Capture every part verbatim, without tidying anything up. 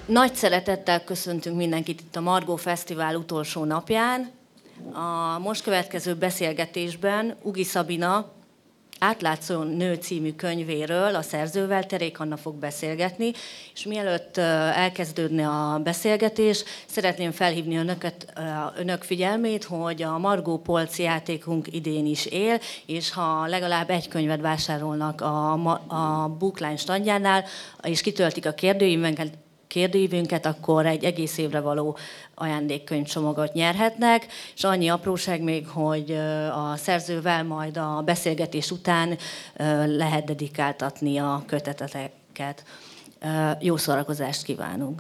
Nagy szeretettel köszöntünk mindenkit itt a Margó Fesztivál utolsó napján. A most következő beszélgetésben Ugi Szabina Átlátszó nő című könyvéről a szerzővel, Terék Anna fog beszélgetni, és mielőtt elkezdődne a beszélgetés, szeretném felhívni önöket, önök figyelmét, hogy a Margó polc játékunk idén is él, és ha legalább egy könyvet vásárolnak a, a Bookline standjánál, és kitöltik a kérdőívünket, kérdőívünket, akkor egy egész évre való ajándékkönyvcsomagot nyerhetnek, és annyi apróság még, hogy a szerzővel majd a beszélgetés után lehet dedikáltatni a köteteket. Jó szórakozást kívánunk!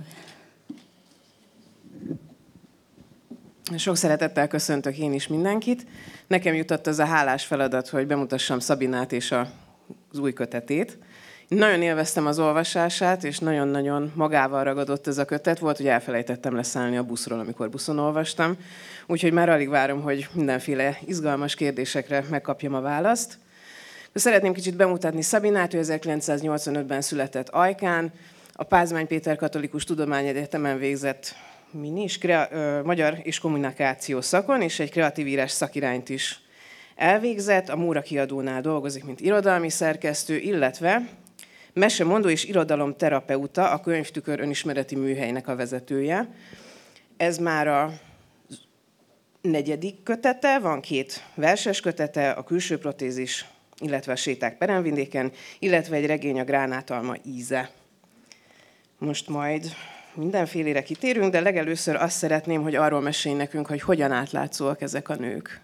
Sok szeretettel köszöntök én is mindenkit. Nekem jutott az a hálás feladat, hogy bemutassam Szabinát és az új kötetét. Nagyon élveztem az olvasását, és nagyon-nagyon magával ragadott ez a kötet. Volt, hogy elfelejtettem leszállni a buszról, amikor buszon olvastam. Úgyhogy már alig várom, hogy mindenféle izgalmas kérdésekre megkapjam a választ. De szeretném kicsit bemutatni Szabinát. Ő ezerkilencszáznyolcvanötben született Ajkán. A Pázmány Péter Katolikus Tudományegyetemen végzett minis, krea, ö, magyar és kommunikáció szakon, és egy kreatív írás szakirányt is elvégzett. A Móra Kiadónál dolgozik, mint irodalmi szerkesztő, illetve mesemondó és irodalomterapeuta, a Könyvtükör önismereti műhelynek a vezetője. Ez már a negyedik kötete, van két verses kötete, a Külső protézis, illetve a Séták Peremvidéken, illetve egy regény, a Gránátalma íze. Most majd mindenfélére kitérünk, de legelőször azt szeretném, hogy arról mesélj nekünk, hogy hogyan átlátszóak ezek a nők.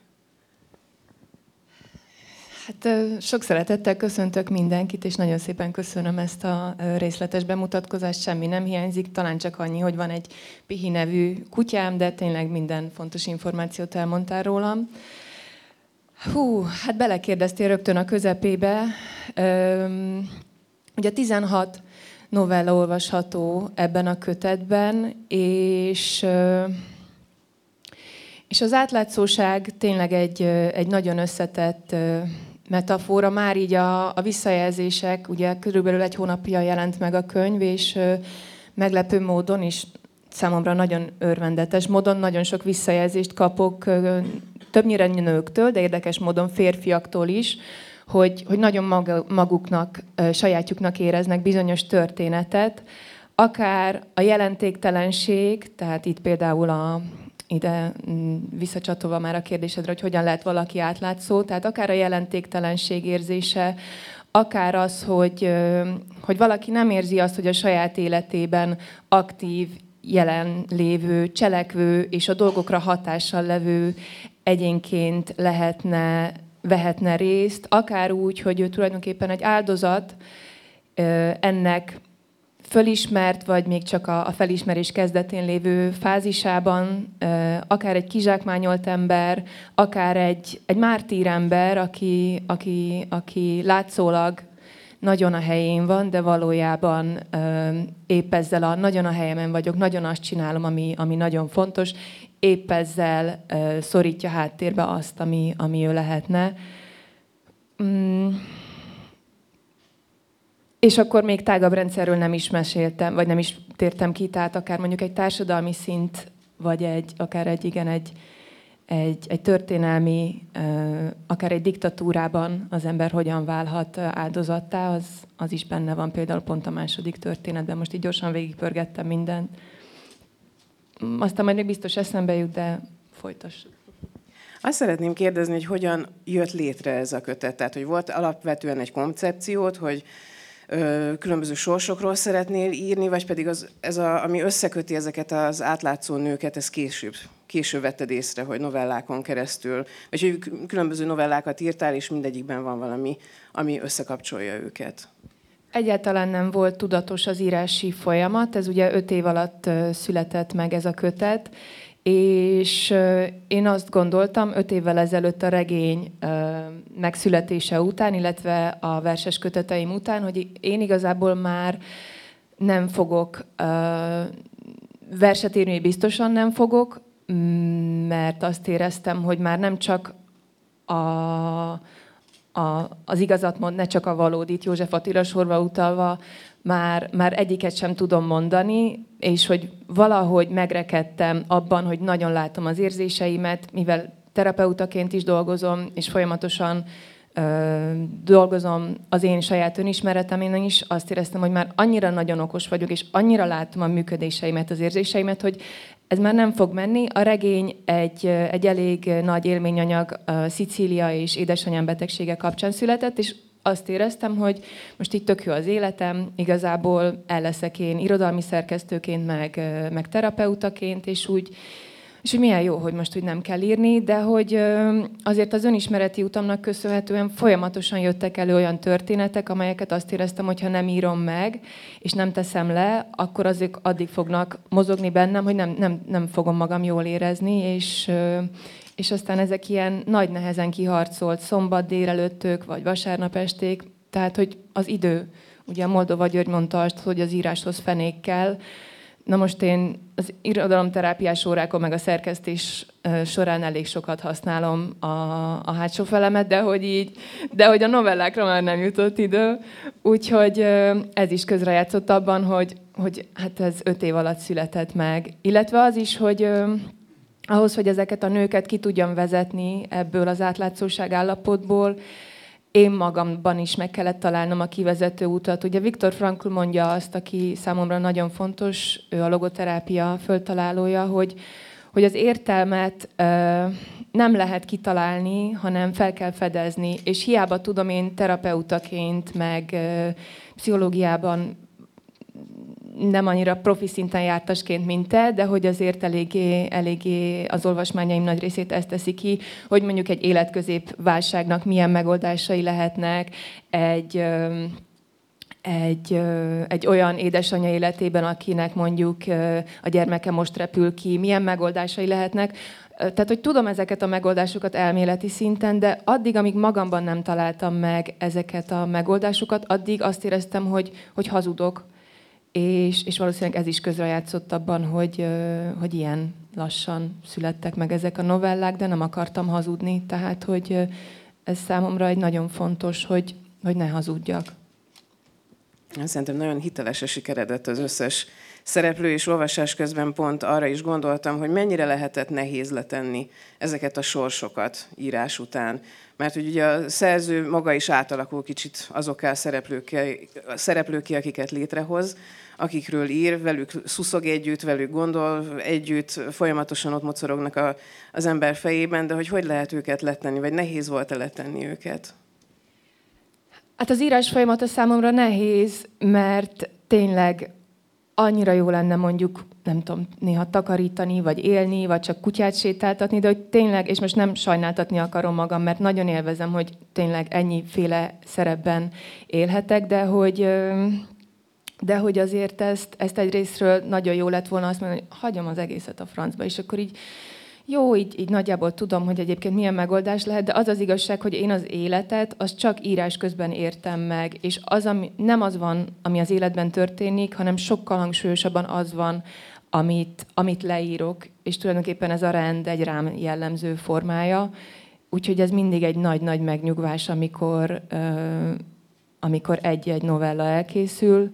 Hát sok szeretettel köszöntök mindenkit, és nagyon szépen köszönöm ezt a részletes bemutatkozást, semmi nem hiányzik, talán csak annyi, hogy van egy Pihi nevű kutyám, de tényleg minden fontos információt elmondtál rólam. Hú, hát belekérdeztél rögtön a közepébe. Üm, ugye tizenhat novella olvasható ebben a kötetben, és... És az átlátszóság tényleg egy, egy nagyon összetett metafora. Már így a, a visszajelzések, ugye körülbelül egy hónapja jelent meg a könyv, és meglepő módon is, számomra nagyon örvendetes módon nagyon sok visszajelzést kapok, többnyire nőktől, de érdekes módon férfiaktól is, hogy, hogy nagyon maguknak, sajátjuknak éreznek bizonyos történetet. Akár a jelentéktelenség, tehát itt például a ide visszacsatolva már a kérdésedre, hogy hogyan lehet valaki átlátszó, tehát akár a jelentéktelenség érzése, akár az, hogy, hogy valaki nem érzi azt, hogy a saját életében aktív, jelenlévő, cselekvő és a dolgokra hatással levő egyénként lehetne, vehetne részt, akár úgy, hogy ő tulajdonképpen egy áldozat ennek fölismert, vagy még csak a felismerés kezdetén lévő fázisában, akár egy kizsákmányolt ember, akár egy, egy mártír ember, aki, aki, aki látszólag nagyon a helyén van, de valójában épp ezzel a nagyon a helyemen vagyok, nagyon azt csinálom, ami, ami nagyon fontos, épp ezzel szorítja háttérbe azt, ami, ami ő lehetne. Mm. És akkor még tágabb rendszerről nem is meséltem, vagy nem is tértem ki, tehát akár mondjuk egy társadalmi szint, vagy egy, akár egy, igen, egy, egy, egy történelmi, akár egy diktatúrában az ember hogyan válhat áldozattá, az, az is benne van például pont a második történetben. Most így gyorsan végigpörgettem mindent. Aztán majd még biztos eszembe jut, de folytassuk. Azt szeretném kérdezni, hogy hogyan jött létre ez a kötet. Tehát, hogy volt alapvetően egy koncepciót, hogy különböző sorsokról szeretnél írni, vagy pedig az, ez a, ami összeköti ezeket az átlátszó nőket, ez később, később vetted észre, hogy novellákon keresztül, vagy hogy különböző novellákat írtál, és mindegyikben van valami, ami összekapcsolja őket. Egyáltalán nem volt tudatos az írási folyamat, ez ugye öt év alatt született meg ez a kötet, és én azt gondoltam öt évvel ezelőtt a regény megszületése után, illetve a verses köteteim után, hogy én igazából már nem fogok verset írni, biztosan nem fogok, mert azt éreztem, hogy már nem csak a, a, az igazat mond, ne csak a valódit, József Attila sorba utalva, már, már egyiket sem tudom mondani, és hogy valahogy megrekedtem abban, hogy nagyon látom az érzéseimet, mivel terapeutaként is dolgozom, és folyamatosan ö, dolgozom az én saját önismeretemen is, azt éreztem, hogy már annyira nagyon okos vagyok, és annyira látom a működéseimet, az érzéseimet, hogy ez már nem fog menni. A regény egy, egy elég nagy élményanyag Szicília és édesanyám betegsége kapcsán született, és azt éreztem, hogy most itt tök jó az életem, igazából el leszek én irodalmi szerkesztőként, meg, meg terapeutaként, és úgy, és hogy milyen jó, hogy most úgy nem kell írni, de hogy azért az önismereti utamnak köszönhetően folyamatosan jöttek elő olyan történetek, amelyeket azt éreztem, hogy ha nem írom meg, és nem teszem le, akkor azok addig fognak mozogni bennem, hogy nem, nem, nem fogom magam jól érezni, és, és aztán ezek ilyen nagy nehezen kiharcolt szombat délelőttök, vagy vasárnap esték, tehát hogy az idő, ugye a Moldova György mondta azt, hogy az íráshoz fenék kell. Na most én az irodalomterápiás órákon, meg a szerkesztés során elég sokat használom a, a hátsó felemet, de hogy így, de hogy a novellákra már nem jutott idő. Úgyhogy ez is közrejátszott abban, hogy, hogy hát ez öt év alatt született meg. Illetve az is, hogy ahhoz, hogy ezeket a nőket ki tudjam vezetni ebből az átlátszóság állapotból, én magamban is meg kellett találnom a kivezető utat. Ugye Viktor Frankl mondja azt, aki számomra nagyon fontos, ő a logoterápia föltalálója, hogy, hogy az értelmet ö, nem lehet kitalálni, hanem fel kell fedezni. És hiába tudom én terapeutaként, meg ö, pszichológiában nem annyira profi szinten jártasként, mint te, de hogy azért eléggé, eléggé az olvasmányaim nagy részét ezt teszi ki, hogy mondjuk egy életközép válságnak milyen megoldásai lehetnek, egy, egy, egy olyan édesanyja életében, akinek mondjuk a gyermeke most repül ki, milyen megoldásai lehetnek. Tehát, hogy tudom ezeket a megoldásokat elméleti szinten, de addig, amíg magamban nem találtam meg ezeket a megoldásokat, addig azt éreztem, hogy, hogy hazudok. És, és valószínűleg ez is közrejátszott abban, hogy, hogy ilyen lassan születtek meg ezek a novellák, de nem akartam hazudni. Tehát, hogy ez számomra egy nagyon fontos, hogy, hogy ne hazudjak. Szerintem nagyon hiteles a sikeredet az összes szereplő, és olvasás közben pont arra is gondoltam, hogy mennyire lehetett nehéz letenni ezeket a sorsokat írás után. Mert hogy ugye a szerző maga is átalakul kicsit azokká a szereplőké, akiket létrehoz, akikről ír, velük szuszog együtt, velük gondol együtt, folyamatosan ott mocorognak a, az ember fejében, de hogy hogy lehet őket letenni, vagy nehéz volt-e letenni őket? Hát az írás folyamata számomra nehéz, mert tényleg annyira jó lenne mondjuk, nem tudom, néha takarítani, vagy élni, vagy csak kutyát sétáltatni, de hogy tényleg, és most nem sajnáltatni akarom magam, mert nagyon élvezem, hogy tényleg ennyiféle szerepben élhetek, de hogy, de hogy azért ezt, ezt egyrésztről nagyon jó lett volna azt mondani, hogy hagyom az egészet a francba, és akkor így jó, így, így nagyjából tudom, hogy egyébként milyen megoldás lehet, de az az igazság, hogy én az életet, az csak írás közben értem meg, és az, ami, nem az van, ami az életben történik, hanem sokkal hangsúlyosabban az van, amit, amit leírok, és tulajdonképpen ez a rend egy rám jellemző formája, úgyhogy ez mindig egy nagy-nagy megnyugvás, amikor, uh, amikor egy-egy novella elkészül,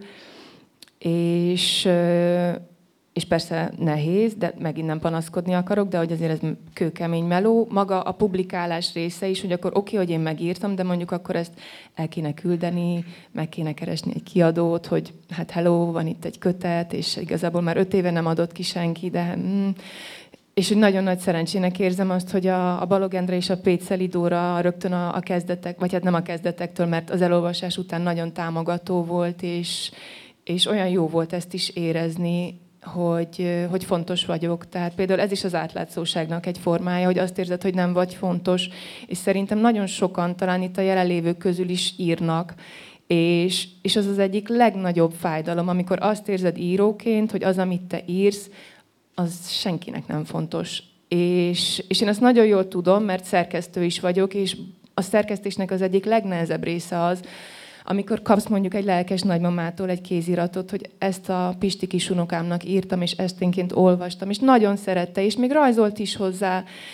és... Uh, és persze nehéz, de megint nem panaszkodni akarok, de hogy azért ez kőkemény meló. Maga a publikálás része is, hogy akkor oké, okay, hogy én megírtam, de mondjuk akkor ezt el kéne küldeni, meg kéne keresni egy kiadót, hogy hát hello, van itt egy kötet, és igazából már öt éve nem adott ki senki, de... Mm, és hogy nagyon nagy szerencsének érzem azt, hogy a, a Balogh Endre és a Péceli Dóra rögtön a, a kezdetek, vagy hát nem a kezdetektől, mert az elolvasás után nagyon támogató volt, és, és olyan jó volt ezt is érezni, Hogy, hogy fontos vagyok. Tehát például ez is az átlátszóságnak egy formája, hogy azt érzed, hogy nem vagy fontos, és szerintem nagyon sokan, talán itt a jelenlévők közül is írnak, és, és az az egyik legnagyobb fájdalom, amikor azt érzed íróként, hogy az, amit te írsz, az senkinek nem fontos. És, és én ezt nagyon jól tudom, mert szerkesztő is vagyok, és a szerkesztésnek az egyik legnehezebb része az, amikor kapsz mondjuk egy lelkes nagymamától egy kéziratot, hogy ezt a Pisti kis unokámnak írtam, és esténként olvastam, és nagyon szerette, és még rajzolt is hozzá,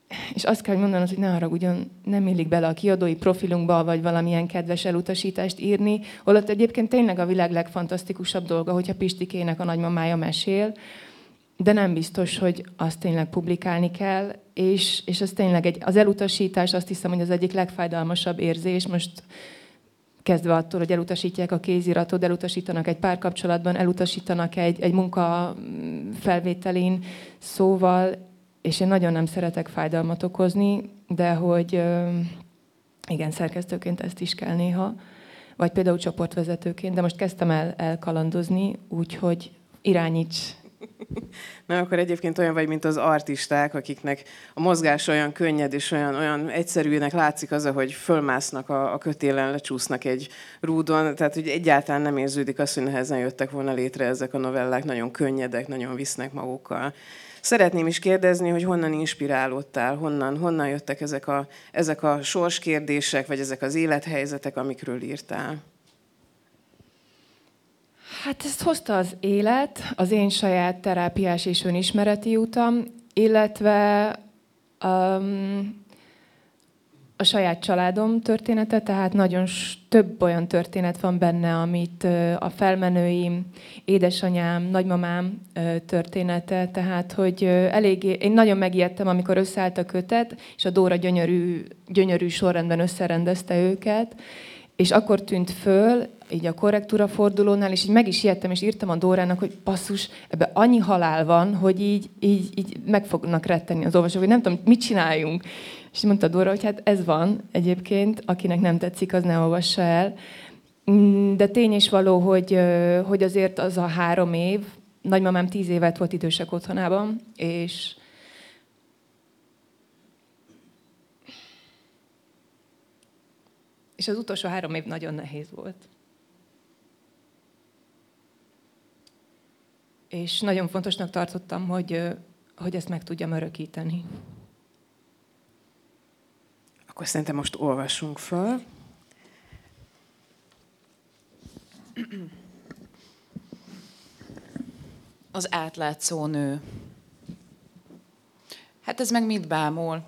és azt kell, hogy mondanod, hogy ne haragudjon, nem illik bele a kiadói profilunkba, vagy valamilyen kedves elutasítást írni, holott egyébként tényleg a világ legfantasztikusabb dolga, hogyha Pistikének a nagymamája mesél, de nem biztos, hogy azt tényleg publikálni kell, és, és az tényleg egy, az elutasítás, azt hiszem, hogy az egyik legfájdalmasabb érzés. Most kezdve attól, hogy elutasítják a kéziratot, elutasítanak egy párkapcsolatban, elutasítanak egy, egy munka felvételén, szóval, és én nagyon nem szeretek fájdalmat okozni, de hogy igen, szerkesztőként ezt is kell néha, vagy például csoportvezetőként, de most kezdtem el elkalandozni, úgyhogy irányíts. Na, akkor egyébként olyan vagy, mint az artisták, akiknek a mozgás olyan könnyed és olyan, olyan egyszerűnek látszik az, hogy fölmásznak a, a kötélen, lecsúsznak egy rúdon, tehát hogy egyáltalán nem érződik az, hogy nehezen jöttek volna létre ezek a novellák, nagyon könnyedek, nagyon visznek magukkal. Szeretném is kérdezni, hogy honnan inspirálódtál, honnan, honnan jöttek ezek a, ezek a sorskérdések, vagy ezek az élethelyzetek, amikről írtál? Hát ezt hozta az élet, az én saját terápiás és önismereti utam, illetve um, a saját családom története, tehát nagyon több olyan történet van benne, amit uh, a felmenőim, édesanyám, nagymamám uh, története, tehát hogy uh, eléggé, én nagyon megijedtem, amikor összeállt a kötet, és a Dóra gyönyörű, gyönyörű sorrendben összerendezte őket, és akkor tűnt föl, így a korrektúra fordulónál, és így meg is ijedtem, és írtam a Dórának, hogy basszus, ebbe annyi halál van, hogy így, így, így meg fognak retteni az olvasók, hogy nem tudom, mit csináljunk. És mondta Dóra, hogy hát ez van egyébként, akinek nem tetszik, az ne olvassa el. De tény is való, hogy, hogy azért az a három év, nagymamám tíz évet volt idősek otthonában, és és az utolsó három év nagyon nehéz volt. És nagyon fontosnak tartottam, hogy, hogy ezt meg tudjam örökíteni. Akkor szerintem most olvassunk föl. Az átlátszó nő. Hát ez meg mit bámul?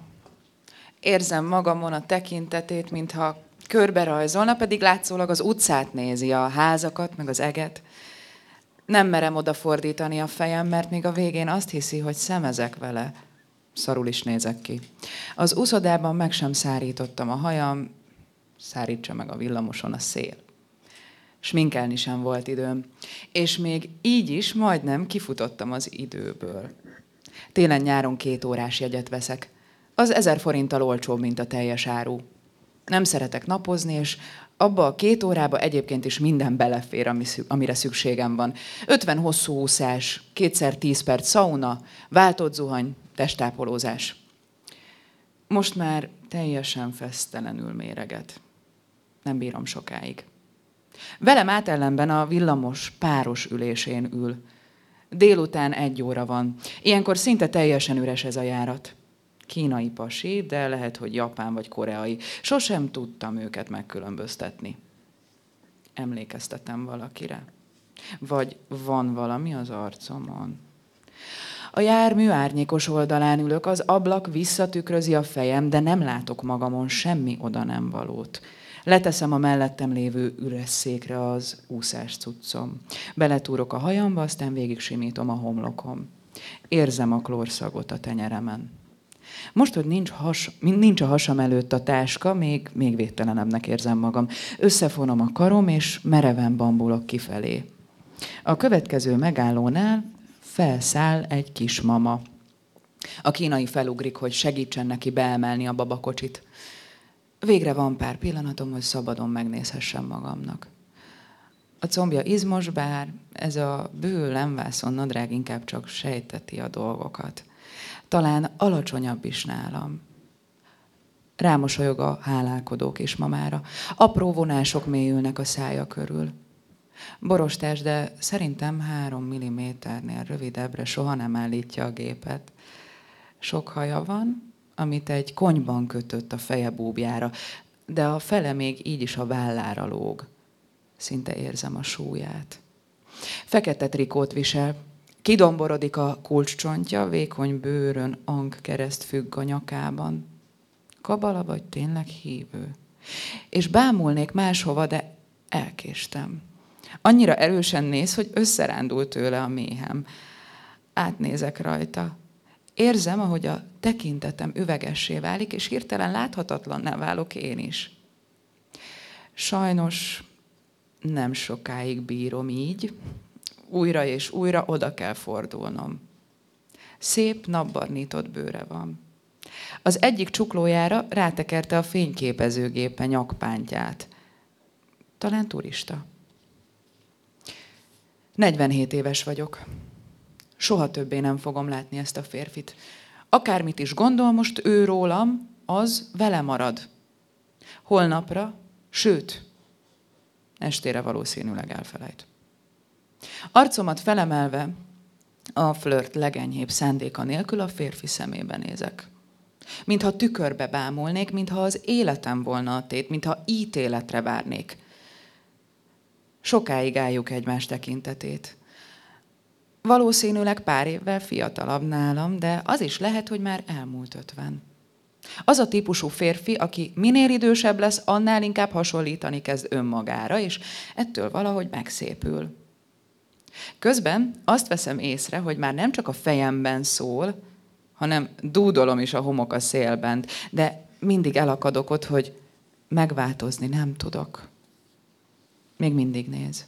Érzem magamon a tekintetét, mintha körbe rajzolna, pedig látszólag az utcát nézi, a házakat, meg az eget. Nem merem odafordítani a fejem, mert még a végén azt hiszi, hogy szemezek vele. Szarul is nézek ki. Az úszodában meg sem szárítottam a hajam, szárítsa meg a villamoson a szél. Sminkelni sem volt időm. És még így is majdnem kifutottam az időből. Télen-nyáron két órás jegyet veszek. Az ezer forinttal olcsóbb, mint a teljes áru. Nem szeretek napozni, és abba a két órába egyébként is minden belefér, amire szükségem van. ötven hosszú úszás, kétszer tíz perc szauna, váltott zuhany, testápolózás. Most már teljesen fesztelenül méreget. Nem bírom sokáig. Velem átellenben a villamos páros ülésén ül. Délután egy óra van. Ilyenkor szinte teljesen üres ez a járat. Kínai pasi, de lehet, hogy japán vagy koreai. Sosem tudtam őket megkülönböztetni. Emlékeztetem valakire? Vagy van valami az arcomon? A jármű árnyékos oldalán ülök, az ablak visszatükrözi a fejem, de nem látok magamon semmi oda nem valót. Leteszem a mellettem lévő üres székre az úszás cuccom. Beletúrok a hajamba, aztán végig simítom a homlokom. Érzem a klórszagot a tenyeremen. Most, hogy nincs, has, nincs a hasam előtt a táska, még, még végtelenebbnek érzem magam. Összefonom a karom, és mereven bambulok kifelé. A következő megállónál felszáll egy kismama. A kínai felugrik, hogy segítsen neki beemelni a babakocsit. Végre van pár pillanatom, hogy szabadon megnézhessem magamnak. A combja izmos, bár ez a bő lemvászon nadrág inkább csak sejteti a dolgokat. Talán alacsonyabb is nálam. Rámosolyog a hálálkodó kismamára. Apró vonások mélyülnek a szája körül. Borostás, de szerintem három milliméternél rövidebbre soha nem állítja a gépet. Sok haja van, amit egy konyban kötött a feje búbjára, de a fele még így is a vállára lóg. Szinte érzem a súlyát. Fekete trikót visel, Kidomborodik a kulcscsontja, vékony bőrön angkereszt függ a nyakában. Kabala vagy tényleg hívő? És bámulnék máshova, de elkéstem. Annyira erősen néz, hogy összerándult tőle a méhem. Átnézek rajta. Érzem, ahogy a tekintetem üvegessé válik, és hirtelen láthatatlanná válok én is. Sajnos nem sokáig bírom így. Újra és újra oda kell fordulnom. Szép, napbarnított bőre van. Az egyik csuklójára rátekerte a fényképezőgépe nyakpántját. Talán turista. negyvenhét éves vagyok. Soha többé nem fogom látni ezt a férfit. Akármit is gondol most ő rólam, az vele marad. Holnapra, sőt, estére valószínűleg elfelejt. Arcomat felemelve, a flört legenyhébb szándéka nélkül a férfi szemébe nézek. Mintha tükörbe bámulnék, mintha az életem volna a tét, mintha ítéletre várnék. Sokáig álljuk egymás tekintetét. Valószínűleg pár évvel fiatalabb nálam, de az is lehet, hogy már elmúlt ötven. Az a típusú férfi, aki minél idősebb lesz, annál inkább hasonlítani kezd önmagára, és ettől valahogy megszépül. Közben azt veszem észre, hogy már nem csak a fejemben szól, hanem dúdolom is a homok a szélben, de mindig elakadok ott, hogy megváltozni nem tudok. Még mindig néz.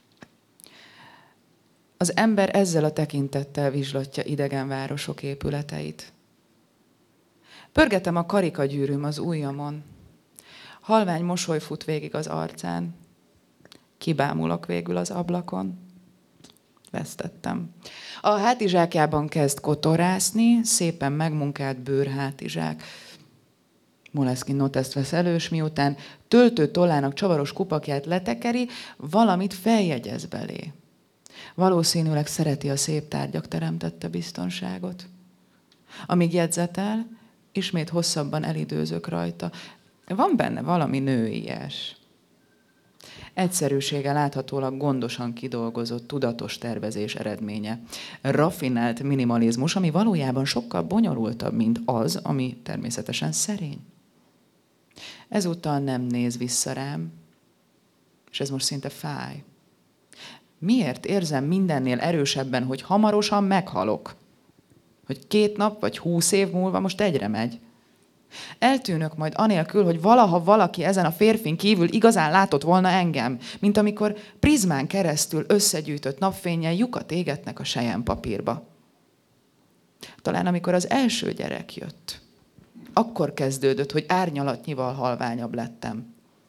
Az ember ezzel a tekintettel vizslatja idegen városok épületeit. Pörgetem a karikagyűrűm az ujjamon. Halvány mosoly fut végig az arcán. Kibámulok végül az ablakon. Vesztettem. A hátizsákjában kezd kotorászni, szépen megmunkált bőrhátizsák. Moleskine noteszt vesz elő, és miután töltő tollának csavaros kupakját letekeri, valamit feljegyez belé. Valószínűleg szereti a szép tárgyak teremtette biztonságot. Amíg jegyzetel, ismét hosszabban elidőzök rajta. Van benne valami nőies. Egyszerűsége láthatólag gondosan kidolgozott, tudatos tervezés eredménye. Raffinált minimalizmus, ami valójában sokkal bonyolultabb, mint az, ami természetesen szerény. Ezúttal nem néz vissza rám, és ez most szinte fáj. Miért érzem mindennél erősebben, hogy hamarosan meghalok? Hogy két nap vagy húsz év múlva most egyre megy? Eltűnök majd anélkül, hogy valaha valaki ezen a férfin kívül igazán látott volna engem, mint amikor prizmán keresztül összegyűjtött napfénnyel lyukat égetnek a selyempapírba. Talán amikor az első gyerek jött, akkor kezdődött, hogy árnyalatnyival halványabb lettem.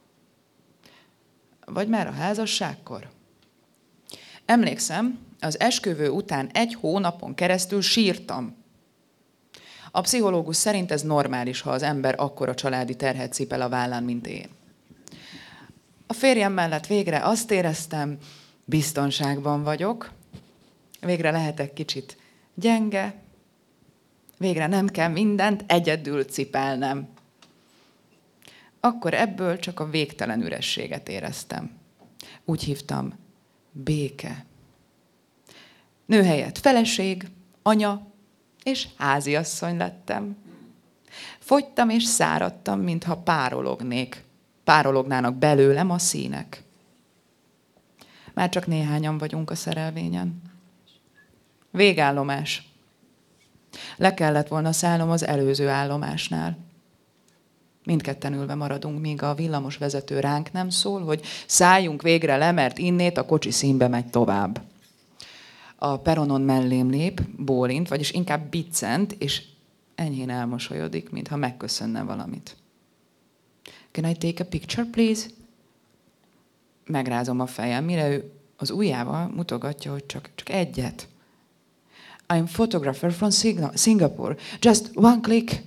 Vagy már a házasságkor? Emlékszem, az esküvő után egy hónapon keresztül sírtam. A pszichológus szerint ez normális, ha az ember akkora családi terhet cipel a vállán, mint én. A férjem mellett végre azt éreztem, biztonságban vagyok, végre lehetek kicsit gyenge, végre nem kell mindent egyedül cipelnem. Akkor ebből csak a végtelen ürességet éreztem. Úgy hívtam, béke. Nő helyett feleség, anya és háziasszony lettem. Fogytam és száradtam, mintha párolognék. Párolognának belőlem a színek. Már csak néhányan vagyunk a szerelvényen. Végállomás. Le kellett volna szállnom az előző állomásnál. Mindketten ülve maradunk, míg a villamosvezető ránk nem szól, hogy szálljunk végre le, mert innét a kocsi színbe megy tovább. A peronon mellém lép, bólint, vagyis inkább biccent, és enyhén elmosolyodik, mintha megköszönne valamit. Can I take a picture, please? Megrázom a fejem, mire ő az ujjával mutogatja, hogy csak, csak egyet. I'm photographer from Singapore. Just one click.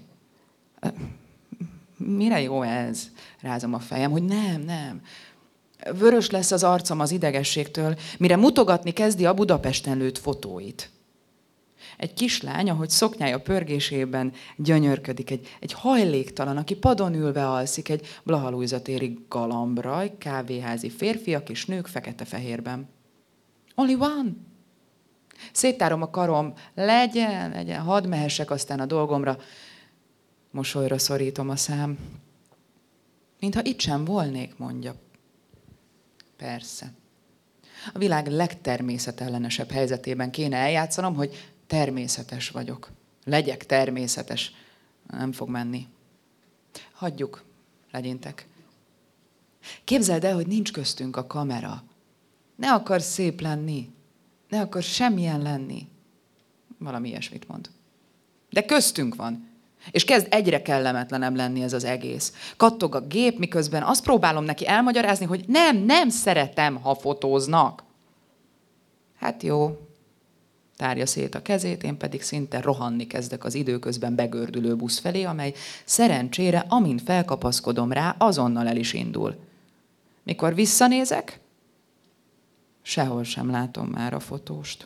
Mire jó ez? Rázom a fejem, hogy nem, nem. Vörös lesz az arcom az idegességtől, mire mutogatni kezdi a Budapesten lőtt fotóit. Egy kislány, ahogy szoknyája pörgésében gyönyörködik, egy, egy hajléktalan, aki padon ülve alszik, egy Blaha Lujza téri galambra, kávéházi férfiak és nők fekete-fehérben. Only one. Széttárom a karom, legyen, legyen, hadd mehessek aztán a dolgomra. Mosolyra szorítom a szám. Mintha itt sem volnék, mondja. Persze. A világ legtermészetellenesebb helyzetében kéne eljátszanom, hogy természetes vagyok. Legyek természetes. Nem fog menni. Hagyjuk, legyintek. Képzeld el, hogy nincs köztünk a kamera. Ne akarsz szép lenni. Ne akarsz semmilyen lenni. Valami ilyesmit mond. De köztünk van. És kezd egyre kellemetlenebb lenni ez az egész. Kattog a gép, miközben azt próbálom neki elmagyarázni, hogy nem, nem szeretem, ha fotóznak. Hát jó. Tárja szét a kezét, én pedig szinte rohanni kezdek az időközben begördülő busz felé, amely szerencsére, amint felkapaszkodom rá, azonnal el is indul. Mikor visszanézek, sehol sem látom már a fotóst.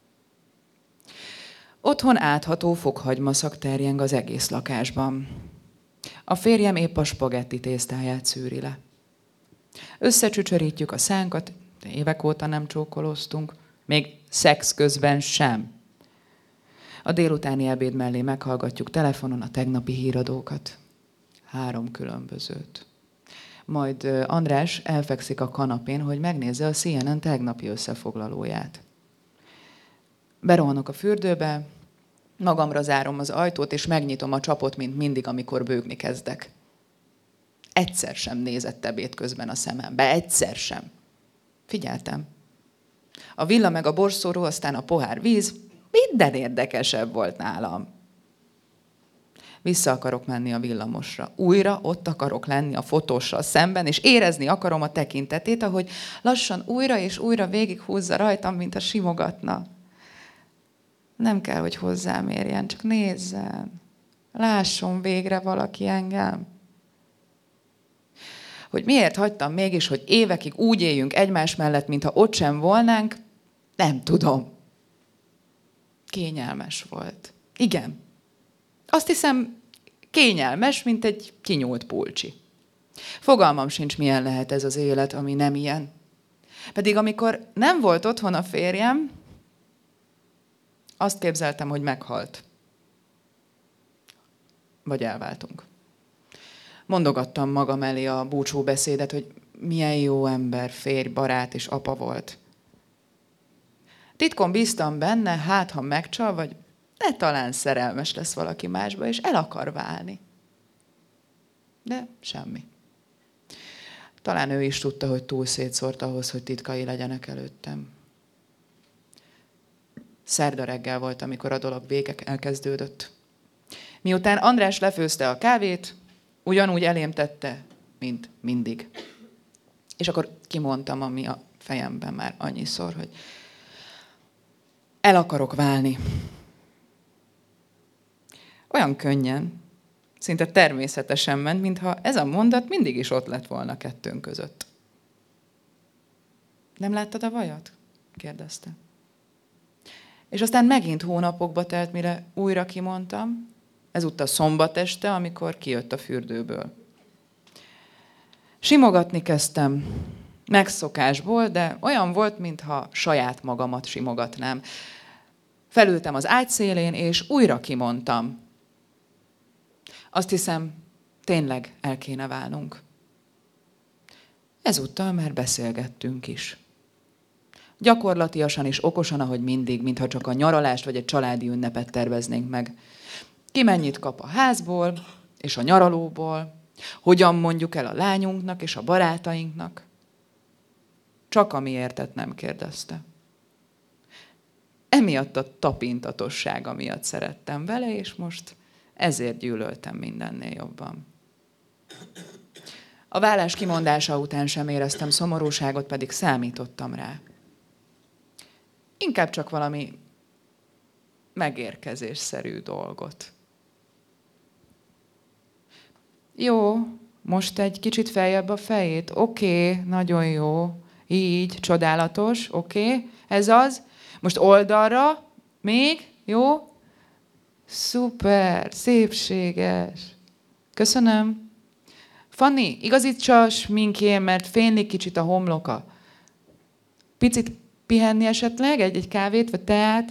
Otthon átható fokhagymaszag terjeng az egész lakásban. A férjem épp a spagetti tésztáját szűri le. Összecsücsörítjük a szánkat, de évek óta nem csókolóztunk, még szex közben sem. A délutáni ebéd mellé meghallgatjuk telefonon a tegnapi híradókat. Három különbözőt. Majd András elfekszik a kanapén, hogy megnézze a C N N tegnapi összefoglalóját. Berohanok a fürdőbe, magamra zárom az ajtót, és megnyitom a csapot, mint mindig, amikor bőgni kezdek. Egyszer sem nézett ebéd közben a szemembe, egyszer sem. Figyeltem. A villa meg a borszóró, aztán a pohár víz, minden érdekesebb volt nálam. Vissza akarok menni a villamosra. Újra ott akarok lenni a fotóssal szemben, és érezni akarom a tekintetét, ahogy lassan újra és újra végighúzza rajtam, mint a simogatna. Nem kell, hogy hozzám érjen, csak nézzen. Lásson végre valaki engem. Hogy miért hagytam mégis, hogy évekig úgy éljünk egymás mellett, mintha ott sem volnánk, nem tudom. Kényelmes volt. Igen. Azt hiszem, kényelmes, mint egy kinyúlt pulcsi. Fogalmam sincs, milyen lehet ez az élet, ami nem ilyen. Pedig amikor nem volt otthon a férjem, azt képzeltem, hogy meghalt. Vagy elváltunk. Mondogattam magam elé a búcsúbeszédet, hogy milyen jó ember, férj, barát és apa volt. Titkon bíztam benne, hát ha megcsal, vagy de talán szerelmes lesz valaki másba, és el akar válni. De semmi. Talán ő is tudta, hogy túl szétszórt ahhoz, hogy titkai legyenek előttem. Szerda reggel volt, amikor a dolog vége elkezdődött. Miután András lefőzte a kávét, ugyanúgy elém tette, mint mindig. És akkor kimondtam, ami a fejemben már annyiszor, hogy el akarok válni. Olyan könnyen, szinte természetesen ment, mintha ez a mondat mindig is ott lett volna kettőnk között. Nem láttad a vajat? Kérdezte. És aztán megint hónapokba telt, mire újra kimondtam, ezúttal szombat este, amikor kijött a fürdőből. Simogatni kezdtem, megszokásból, de olyan volt, mintha saját magamat simogatnám. Felültem az ágy szélén, és újra kimondtam. Azt hiszem, tényleg el kéne válnunk. Ezúttal már beszélgettünk is. Gyakorlatiasan és okosan, ahogy mindig, mintha csak a nyaralást vagy egy családi ünnepet terveznénk meg. Ki mennyit kap a házból és a nyaralóból, hogyan mondjuk el a lányunknak és a barátainknak. Csak amiértet nem kérdezte. Emiatt a tapintatossága miatt szerettem vele, és most ezért gyűlöltem mindennél jobban. A vállás kimondása után sem éreztem szomorúságot, pedig számítottam rá. Inkább csak valami megérkezésszerű dolgot. Jó, most egy kicsit feljebb a fejét. Oké, okay, nagyon jó. Így, csodálatos, oké. Okay. Ez az. Most oldalra. Még. Jó. Szuper, szépséges. Köszönöm. Fanni, igazítsa a sminkjén, mert fénylik kicsit a homloka. Picit pihenni esetleg? Egy, egy kávét, vagy teát?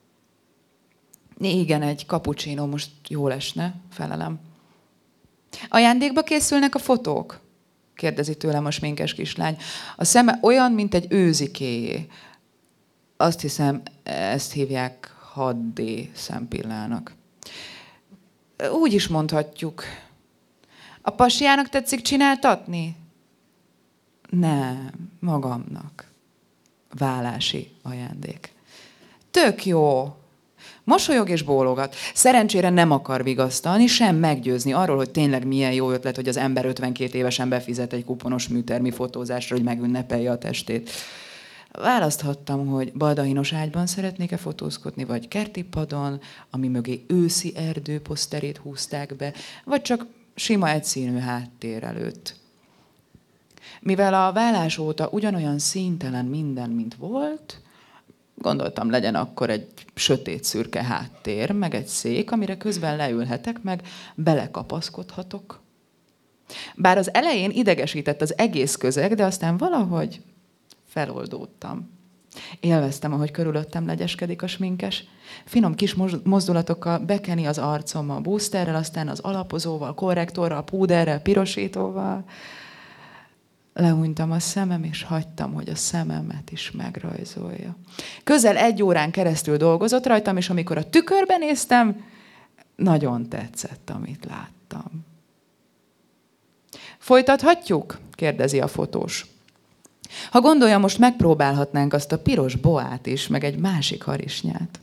Igen, egy cappuccino most jól esne, felelem. Ajándékba készülnek a fotók? Kérdezi tőlem a sminkes kislány. A szeme olyan, mint egy őzikéjé. Azt hiszem, ezt hívják hat dé szempillának. Úgy is mondhatjuk. A pasiának tetszik csináltatni? Nem, magamnak. Vállási ajándék. Tök jó. Mosolyog és bólogat. Szerencsére nem akar vigasztalni, sem meggyőzni arról, hogy tényleg milyen jó ötlet, hogy az ember ötvenkét évesen befizet egy kuponos műtermi fotózásra, hogy megünnepelje a testét. Választhattam, hogy baldahinos ágyban szeretnék-e fotózkodni, vagy kerti padon, ami mögé őszi erdő poszterét húzták be, vagy csak sima egyszínű háttér előtt. Mivel a vállás óta ugyanolyan színtelen minden, mint volt, gondoltam, legyen akkor egy sötét szürke háttér, meg egy szék, amire közben leülhetek, meg belekapaszkodhatok. Bár az elején idegesített az egész közeg, de aztán valahogy feloldódtam. Élveztem, ahogy körülöttem legyeskedik a sminkes. Finom kis mozdulatokkal bekeni az arcom a boosterrel, aztán az alapozóval, korrektorral, púderrel, pirosítóval. Lehunytam a szemem, és hagytam, hogy a szememet is megrajzolja. Közel egy órán keresztül dolgozott rajtam, és amikor a tükörbe néztem, nagyon tetszett, amit láttam. Folytathatjuk? Kérdezi a fotós. Ha gondolja, most megpróbálhatnánk azt a piros boát is, meg egy másik harisnyát.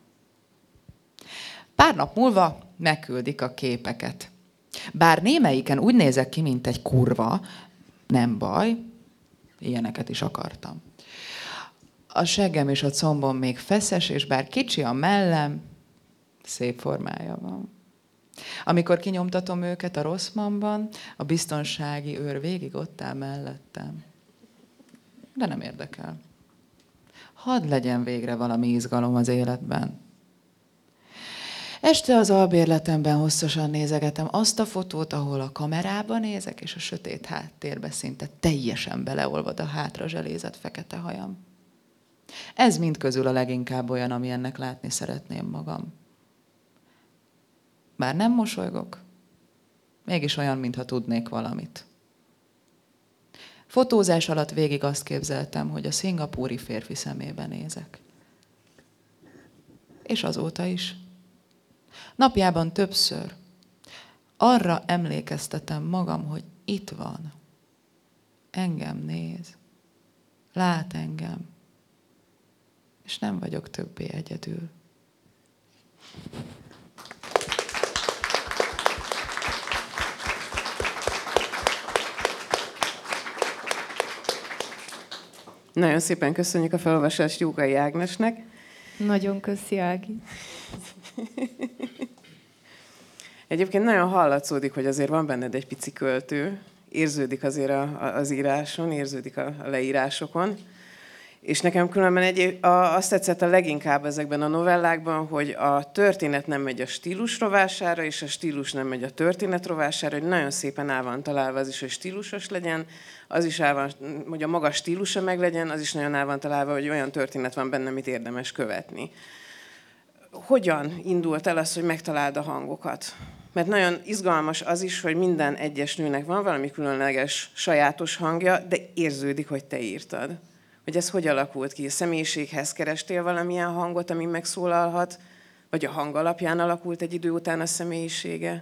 Pár nap múlva megküldik a képeket. Bár némelyiken úgy nézek ki, mint egy kurva, nem baj, ilyeneket is akartam. A seggem és a combom még feszes, és bár kicsi a mellem, szép formája van. Amikor kinyomtatom őket a Rosszmanban, a biztonsági őr végig ott áll mellettem. De nem érdekel. Hadd legyen végre valami izgalom az életben. Este az albérletemben hosszasan nézegetem azt a fotót, ahol a kamerában nézek, és a sötét háttérbe szinte teljesen beleolvad a hátra zselézett fekete hajam. Ez mind közül a leginkább olyan, ami ennek látni szeretném magam. Bár nem mosolygok, mégis olyan, mintha tudnék valamit. Fotózás alatt végig azt képzeltem, hogy a szingapúri férfi szemébe nézek. És azóta is. Napjában többször arra emlékeztetem magam, hogy itt van. Engem néz. Lát engem. És nem vagyok többé egyedül. Nagyon szépen köszönjük a felolvasást Jókai Ágnesnek. Nagyon köszi, Ági. Egyébként nagyon hallatszódik, hogy azért van benned egy pici költő. Érződik azért a, a, az íráson, érződik a, a leírásokon. És nekem különben egy, a, azt tetszett a leginkább ezekben a novellákban, hogy a történet nem megy a stílus rovására, és a stílus nem megy a történet rovására, hogy nagyon szépen el van találva az is, hogy stílusos legyen, az is el van, hogy a maga stílusa meg legyen, az is nagyon el van találva, hogy olyan történet van benne, amit érdemes követni. Hogyan indult el az, hogy megtaláld a hangokat? Mert nagyon izgalmas az is, hogy minden egyes nőnek van valami különleges, sajátos hangja, de érződik, hogy te írtad. Hogy ez hogy alakult ki? A személyiséghez kerestél valamilyen hangot, ami megszólalhat? Vagy a hang alapján alakult egy idő után a személyisége?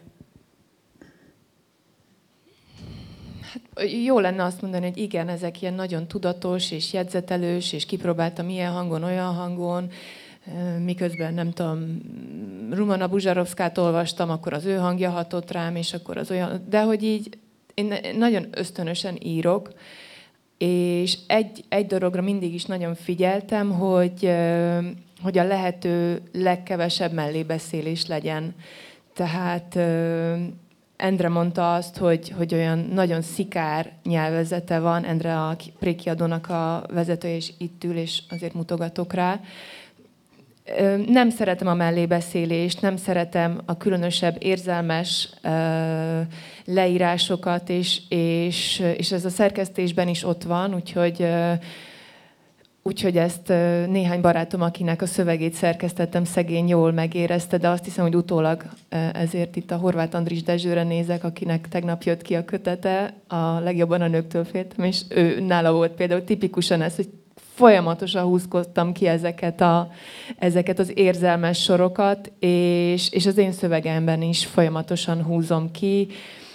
Hát, jó lenne azt mondani, hogy igen, ezek ilyen nagyon tudatos és jegyzetelős, és kipróbáltam ilyen hangon, olyan hangon, miközben nem tudom, Rumana Buzsarovszkát olvastam, akkor az ő hangja hatott rám, és akkor az olyan... De hogy így én nagyon ösztönösen írok, és egy, egy dologra mindig is nagyon figyeltem, hogy, hogy a lehető legkevesebb mellébeszélés legyen. Tehát Endre mondta azt, hogy, hogy olyan nagyon szikár nyelvezete van. Endre a Prékiadónak a vezetője, és itt ül, és azért mutogatok rá. Nem szeretem a mellébeszélést, nem szeretem a különösebb érzelmes uh, leírásokat, és, és, és ez a szerkesztésben is ott van, úgyhogy uh, úgyhogy ezt néhány barátom, akinek a szövegét szerkesztettem, szegény jól megérezte, de azt hiszem, hogy utólag ezért itt a Horváth Andris Dezsőre nézek, akinek tegnap jött ki a kötete, a legjobban a nőktől féltem, és ő nála volt például tipikusan ez, hogy folyamatosan húzkodtam ki ezeket, a, ezeket az érzelmes sorokat, és, és az én szövegemben is folyamatosan húzom ki.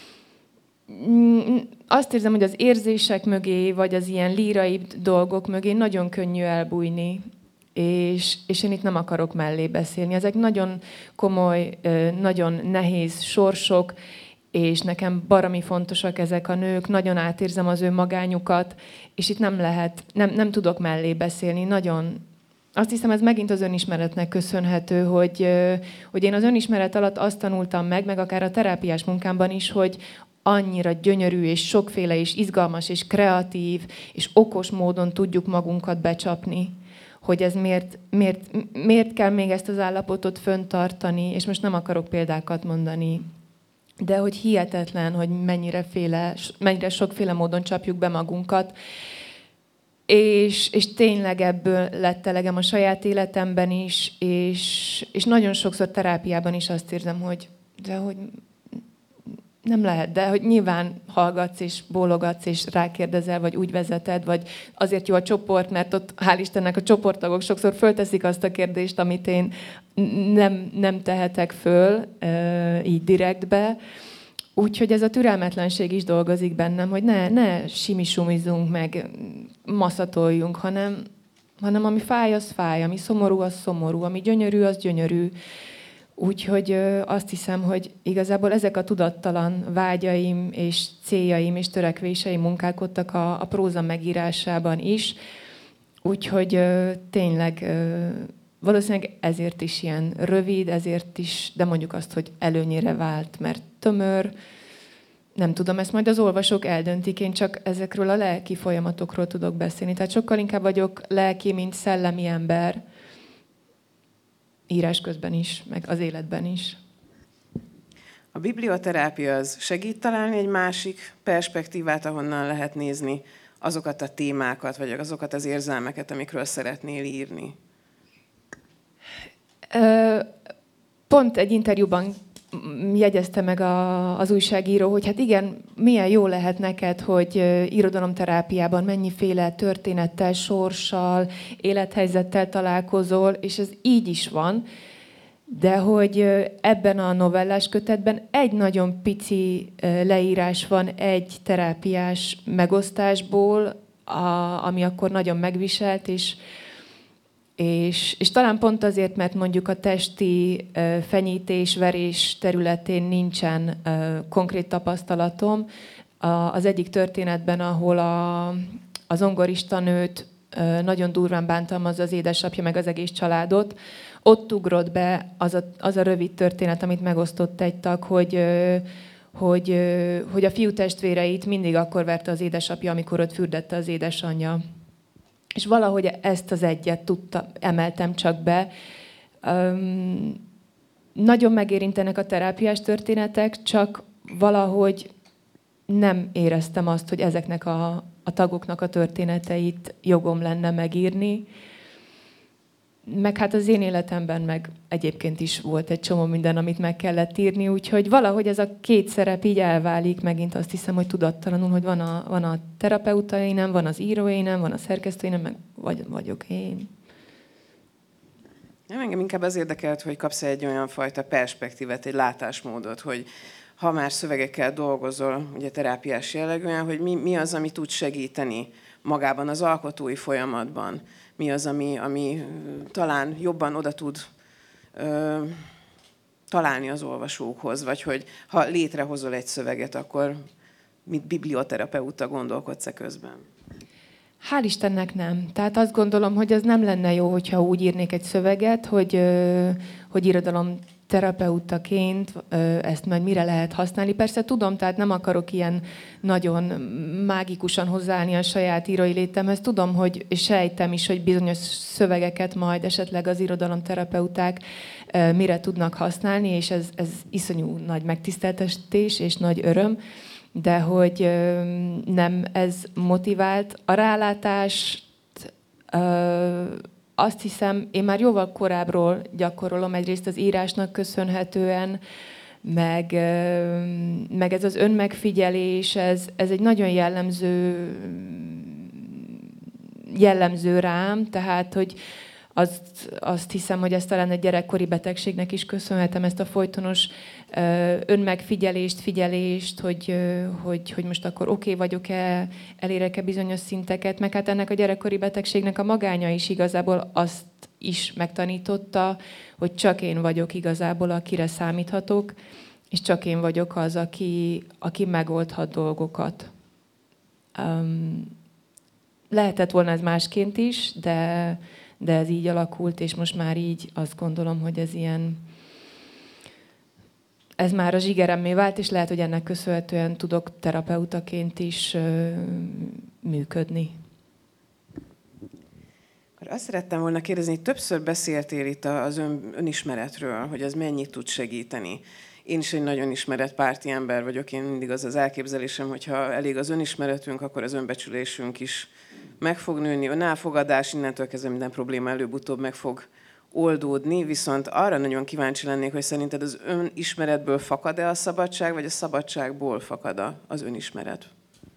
Azt érzem, hogy az érzések mögé, vagy az ilyen lírai dolgok mögé nagyon könnyű elbújni, és, és én itt nem akarok mellé beszélni. Ezek nagyon komoly, nagyon nehéz sorsok, és nekem baromi fontosak ezek a nők, nagyon átérzem az ő magányukat, és itt nem lehet, nem, nem tudok mellé beszélni. Nagyon, azt hiszem, ez megint az önismeretnek köszönhető, hogy, hogy én az önismeret alatt azt tanultam meg, meg akár a terápiás munkámban is, hogy annyira gyönyörű, és sokféle, és izgalmas, és kreatív, és okos módon tudjuk magunkat becsapni, hogy ez miért, miért, miért kell még ezt az állapotot föntartani, és most nem akarok példákat mondani, de hogy hihetetlen, hogy mennyire, féle, mennyire sokféle módon csapjuk be magunkat, és, és tényleg ebből lett elegem a saját életemben is, és, és nagyon sokszor terápiában is azt érzem, hogy de hogy nem lehet, de hogy nyilván hallgatsz és bólogatsz, és rákérdezel, vagy úgy vezeted, vagy azért jó a csoport, mert ott hál' Istennek a csoporttagok sokszor fölteszik azt a kérdést, amit én nem, nem tehetek föl, így direktbe. Úgyhogy ez a türelmetlenség is dolgozik bennem, hogy ne, ne simisumizunk, meg maszatoljunk, hanem, hanem ami fáj, az fáj, ami szomorú, az szomorú, ami gyönyörű, az gyönyörű. Úgyhogy azt hiszem, hogy igazából ezek a tudattalan vágyaim és céljaim és törekvéseim munkálkodtak a, a próza megírásában is. Úgyhogy tényleg valószínűleg ezért is ilyen rövid, ezért is, de mondjuk azt, hogy előnyére vált, mert tömör. Nem tudom, ezt majd az olvasók eldöntik, én csak ezekről a lelki folyamatokról tudok beszélni. Tehát sokkal inkább vagyok lelki, mint szellemi ember. Írás közben is, meg az életben is. A biblioterápia az segít találni egy másik perspektívát, ahonnan lehet nézni azokat a témákat, vagy azokat az érzelmeket, amikről szeretnél írni? Pont egy interjúban jegyezte meg a, az újságíró, hogy hát igen, milyen jó lehet neked, hogy irodalomterápiában mennyiféle történettel, sorssal, élethelyzettel találkozol, és ez így is van, de hogy ebben a novellás kötetben egy nagyon pici leírás van egy terápiás megosztásból, a, ami akkor nagyon megviselt, és És, és talán pont azért, mert mondjuk a testi uh, fenyítés, verés területén nincsen uh, konkrét tapasztalatom. A, az egyik történetben, ahol a, a zongoristanőt uh, nagyon durván bántalmazza az édesapja, meg az egész családot, ott ugrott be az a, az a rövid történet, amit megosztott egy tag, hogy, uh, hogy, uh, hogy a fiú testvéreit mindig akkor verte az édesapja, amikor ott fürdette az édesanyja. És valahogy ezt az egyet tudta, emeltem csak be. Um, nagyon megérintenek a terápiás történetek, csak valahogy nem éreztem azt, hogy ezeknek a, a tagoknak a történeteit jogom lenne megírni. Meg hát az én életemben meg egyébként is volt egy csomó minden, amit meg kellett írni, úgyhogy valahogy ez a két szerep így elválik, megint azt hiszem, hogy tudattalanul, hogy van a, van a terapeutainem, van az íróinem, van a szerkesztőinem, meg vagy, vagyok én. Nem, engem inkább az érdekelt, hogy kapsz egy olyan fajta perspektívet, egy látásmódot, hogy ha már szövegekkel dolgozol, ugye terápiás jellegűen, hogy mi, mi az, ami tud segíteni magában az alkotói folyamatban. Mi az, ami, ami talán jobban oda tud ö, találni az olvasókhoz, vagy hogy ha létrehozol egy szöveget, akkor mint biblioterapeuta gondolkodsz-e közben? Hál' Istennek nem. Tehát azt gondolom, hogy az nem lenne jó, hogyha úgy írnék egy szöveget, hogy, hogy irodalom terapeutaként ezt majd mire lehet használni. Persze tudom, tehát nem akarok ilyen nagyon mágikusan hozzáállni a saját írói létemhez. Tudom, hogy és sejtem is, hogy bizonyos szövegeket majd esetleg az irodalomterapeuták mire tudnak használni, és ez, ez iszonyú nagy megtiszteltetés és nagy öröm, de hogy nem ez motivált. A rálátást Ö, azt hiszem, én már jóval korábbról gyakorolom, egyrészt az írásnak köszönhetően, meg, meg ez az önmegfigyelés, ez, ez egy nagyon jellemző, jellemző rám, tehát, hogy azt, azt hiszem, hogy ezt talán egy gyerekkori betegségnek is köszönhetem, ezt a folytonos önmegfigyelést, figyelést, hogy, hogy, hogy most akkor oké okay vagyok-e, elérek-e bizonyos szinteket, meg hát ennek a gyerekkori betegségnek a magánya is igazából azt is megtanította, hogy csak én vagyok igazából, akire számíthatok, és csak én vagyok az, aki, aki megoldhat dolgokat. Um, lehetett volna ez másként is, de, de ez így alakult, és most már így azt gondolom, hogy ez ilyen, ez már a zsigeremmé vált, és lehet, hogy ennek köszönhetően tudok terapeutaként is ö, működni. Azt szerettem volna kérdezni, hogy többször beszéltél itt az ön, önismeretről, hogy ez mennyit tud segíteni. Én is egy nagyon ismeretpárti ember vagyok, én mindig az az elképzelésem, hogyha elég az önismeretünk, akkor az önbecsülésünk is meg fog nőni. A elfogadás innentől kezdve minden probléma előbb-utóbb meg fog oldódni, viszont arra nagyon kíváncsi lennék, hogy szerinted az önismeretből fakad-e a szabadság, vagy a szabadságból fakad az önismeret?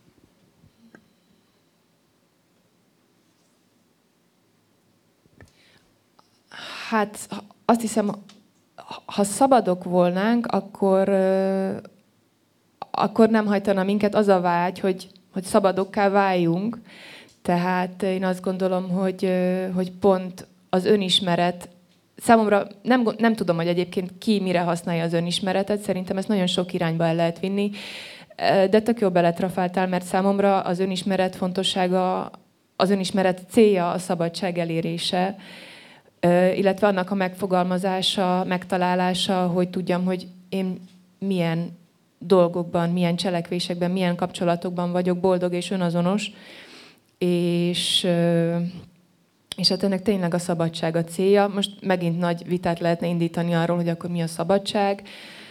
Hát azt hiszem, ha szabadok volnánk, akkor, akkor nem hajtana minket az a vágy, hogy, hogy szabadokká váljunk. Tehát én azt gondolom, hogy, hogy pont az önismeret, számomra nem, nem tudom, hogy egyébként ki mire használja az önismeretet, szerintem ezt nagyon sok irányba el lehet vinni, de tök jó beletrafáltál, mert számomra az önismeret fontossága, az önismeret célja a szabadság elérése, illetve annak a megfogalmazása, megtalálása, hogy tudjam, hogy én milyen dolgokban, milyen cselekvésekben, milyen kapcsolatokban vagyok boldog és önazonos, és, és hát ennek tényleg a szabadság a célja. Most megint nagy vitát lehetne indítani arról, hogy akkor mi a szabadság.